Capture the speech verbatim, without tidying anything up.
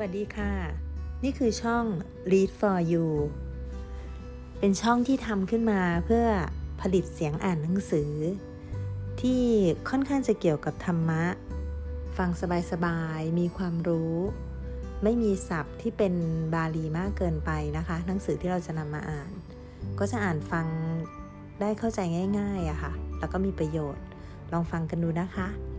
วัสดีค่ะนี่คือช่อง Read for You เป็นช่องที่ทำขึ้นมาเพื่อผลิตเสียงอ่านหนังสือที่ค่อนข้างจะเกี่ยวกับธรรมะฟังสบายๆมีความรู้ไม่มีศัพท์ที่เป็นบาลีมากเกินไปนะคะหนังสือที่เราจะนำมาอ่านก็จะอ่านฟังได้เข้าใจง่ายๆอะค่ะแล้วก็มีประโยชน์ลองฟังกันดูนะคะ